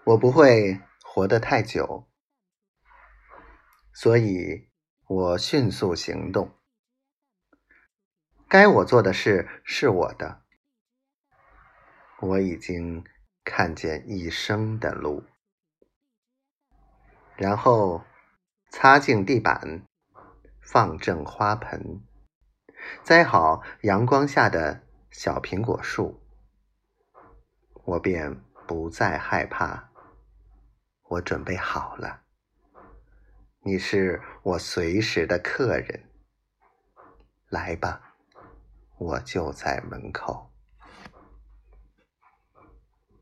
我不会活得太久，所以我迅速行动。该我做的事是我的，我已经看见一生的路。然后擦净地板，放正花盆，栽好阳光下的小苹果树，我便不再害怕。我准备好了，你是我随时的客人。来吧，我就在门口。